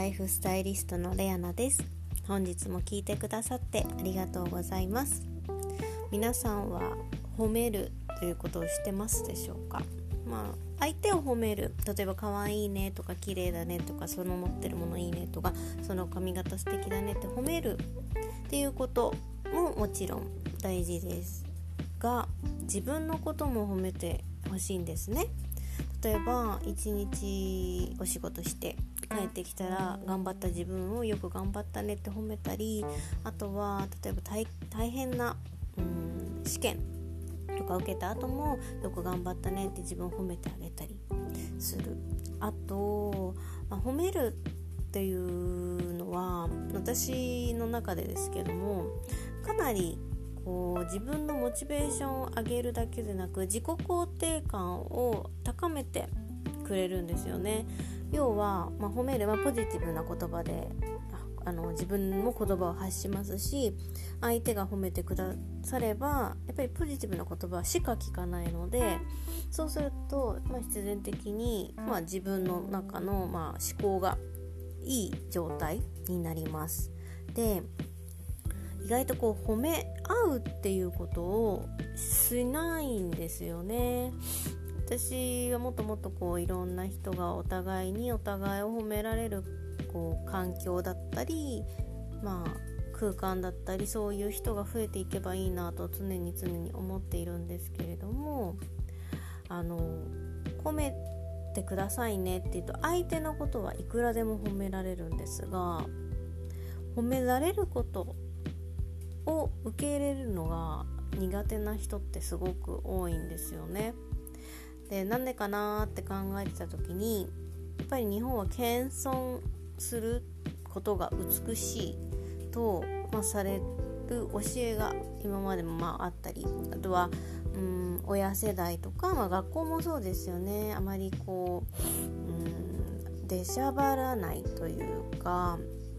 ライフスタイリストのレアナです。本日も聞いてくださってありがとうございます。皆さんは褒めるということをしてますでしょうか？相手を褒める、例えば可愛いねとか綺麗だねとか、その持ってるものいいねとか、その髪型素敵だねって褒めるっていうことももちろん大事ですが、自分のことも褒めてほしいんですね。例えば一日お仕事して帰ってきたら頑張った自分をよく頑張ったねって褒めたり、あとは例えば大変な試験とか受けた後もよく頑張ったねって自分を褒めてあげたりする。あと、褒めるっていうのは私の中でですけども、かなり自分のモチベーションを上げるだけでなく、自己肯定感を高めてくれるんですよね。要は、褒めるはポジティブな言葉で自分も言葉を発しますし、相手が褒めてくださればやっぱりポジティブな言葉しか聞かないので、そうすると、必然的に、自分の中の、思考がいい状態になります。で、意外と褒め合うっていうことをしないんですよね。私はもっともっといろんな人がお互いを褒められる環境だったり、空間だったり、そういう人が増えていけばいいなと常に思っているんですけれども、褒めてくださいねって言うと相手のことはいくらでも褒められるんですが、褒められることを受け入れるのが苦手な人ってすごく多いんですよね。で、なんでかなって考えてた時に、やっぱり日本は謙遜することが美しいと、される教えが今までもあったり、あとは親世代とか、学校もそうですよね。あまり出しゃばらないというか、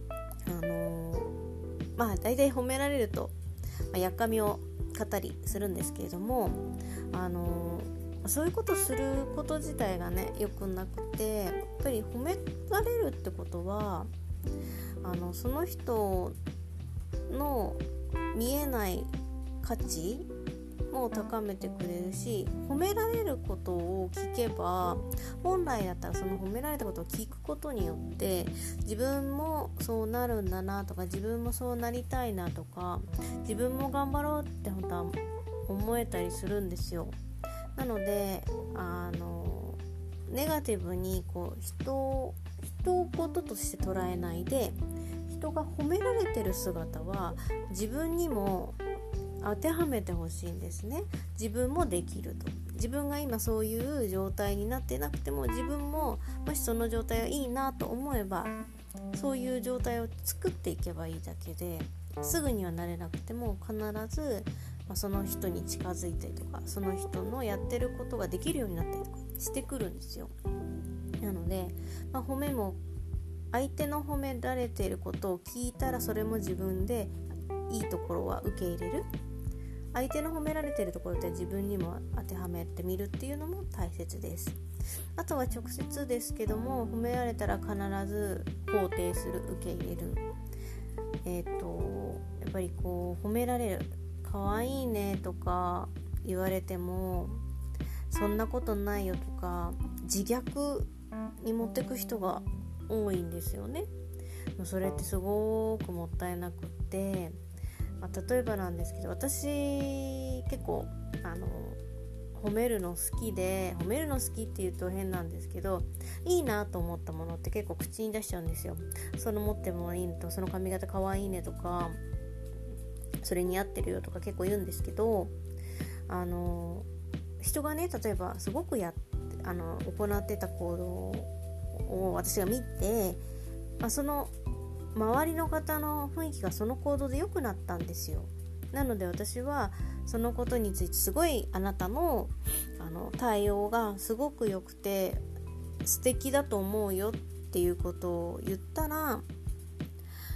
大体褒められると、やっかみを買ったりするんですけれども、そういうことすること自体がね良くなくて、やっぱり褒められるってことはその人の見えない価値も高めてくれるし、褒められることを聞けば、本来だったらその褒められたことを聞くことによって自分もそうなるんだなとか、自分もそうなりたいなとか、自分も頑張ろうって本当は思えたりするんですよ。なのでネガティブに人をこととして捉えないで、人が褒められてる姿は自分にも当てはめてほしいんですね。自分もできると。自分が今そういう状態になってなくても、自分ももしその状態がいいなと思えば、そういう状態を作っていけばいいだけで、すぐにはなれなくても必ずその人に近づいたりとか、その人のやってることができるようになったりとかしてくるんですよ。なので、褒めも相手の褒められていることを聞いたら、それも自分でいいところは受け入れる。相手の褒められているところで自分にも当てはめてみるっていうのも大切です。あとは直接ですけども、褒められたら必ず肯定する、受け入れる。やっぱり褒められる、可愛いねとか言われても、そんなことないよとか自虐に持ってく人が多いんですよね。それってすごくもったいなくって、例えばなんですけど、私結構褒めるの好きで、褒めるの好きって言うと変なんですけど、いいなと思ったものって結構口に出しちゃうんですよ。その持ってるものいいねと、その髪型可愛いねとか、それに合ってるよとか結構言うんですけど、人がね、例えばすごく行ってた行動を私が見て、その周りの方の雰囲気がその行動で良くなったんですよ。なので私はそのことについて、すごいあなたの対応がすごく良くて素敵だと思うよっていうことを言ったら、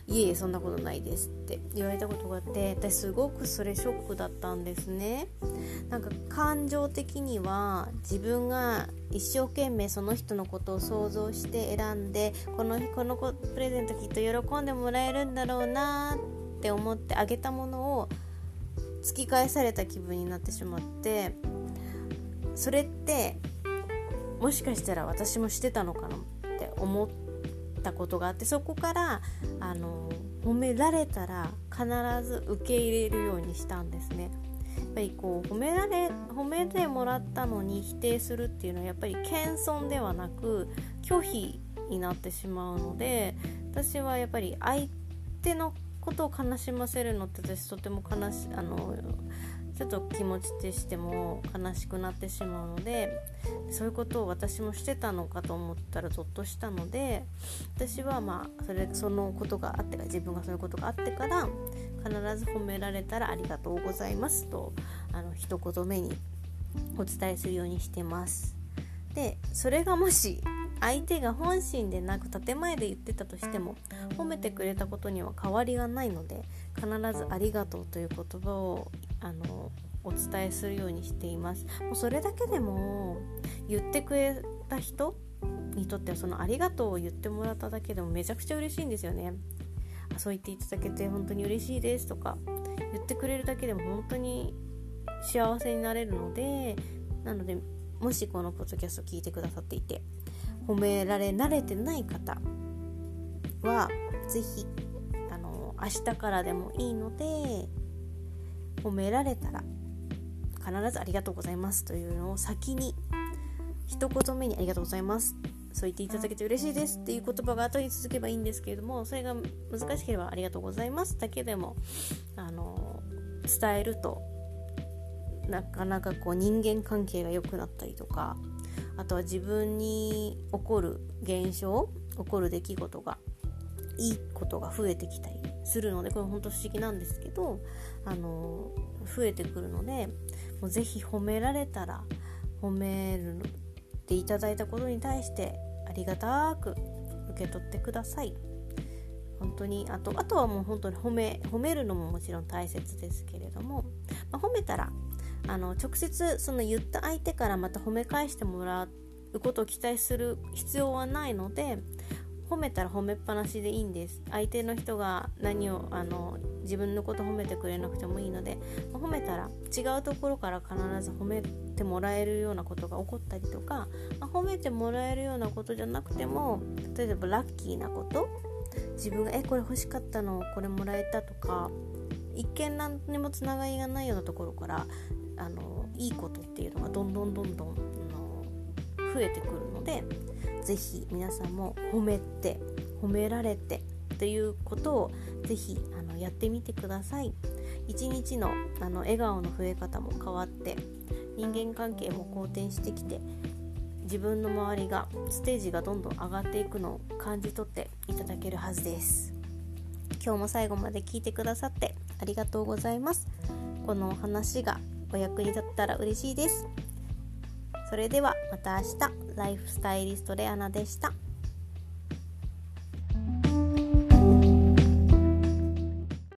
いえそんなことないですって言われたことがあって、私すごくそれショックだったんですね。なんか感情的には自分が一生懸命その人のことを想像して選んで、このプレゼントきっと喜んでもらえるんだろうなって思ってあげたものを突き返された気分になってしまって、それってもしかしたら私もしてたのかなって思ったことがあって、そこから褒められたら必ず受け入れるようにしたんですね。やっぱりこう褒めてもらったのに否定するっていうのはやっぱり謙遜ではなく拒否になってしまうので、私はやっぱり相手のことを悲しませるのって私とてもちょっと気持ちとしても悲しくなってしまうので、そういうことを私もしてたのかと思ったらゾッとしたので、私はそのことがあってから、自分がそういうことがあってから必ず褒められたらありがとうございますと一言目にお伝えするようにしてます。でそれがもし相手が本心でなく建前で言ってたとしても、褒めてくれたことには変わりがないので、必ずありがとうという言葉をお伝えするようにしています。もうそれだけでも言ってくれた人にとっては、そのありがとうを言ってもらっただけでもめちゃくちゃ嬉しいんですよね。そう言っていただけて本当に嬉しいですとか言ってくれるだけでも本当に幸せになれるので、なのでもしこのポッドキャスト聞いてくださっていて褒められ慣れてない方はぜひ明日からでもいいので、褒められたら必ずありがとうございますというのを先に一言目にありがとうございます、そう言っていただけて嬉しいですっていう言葉が後に続けばいいんですけれども、それが難しければありがとうございますだけでも伝えるとなかなかこう人間関係が良くなったりとか、あとは自分に起こる現象、起こる出来事がいいことが増えてきたりするので、これ本当不思議なんですけど増えてくるので、もうぜひ褒められたら褒めていただいたことに対してありがたく受け取ってください。本当にあとはもう本当に褒めるのももちろん大切ですけれども、褒めたら直接その言った相手からまた褒め返してもらうことを期待する必要はないので、褒めたら褒めっぱなしでいいんです。相手の人が何を自分のこと褒めてくれなくてもいいので、褒めたら違うところから必ず褒めてもらえるようなことが起こったりとか、褒めてもらえるようなことじゃなくても、例えばラッキーなこと、自分がこれ欲しかったのこれもらえたとか、一見何にもつながりがないようなところからいいことっていうのがどんどん増えてくるので、ぜひ皆さんも褒められてということをぜひやってみてください。一日の笑顔の増え方も変わって人間関係も好転してきて、自分の周りがステージがどんどん上がっていくのを感じ取っていただけるはずです。今日も最後まで聞いてくださってありがとうございます。このお話がお役に立ったら嬉しいです。それではまた明日。ライフスタイリストレアナでした。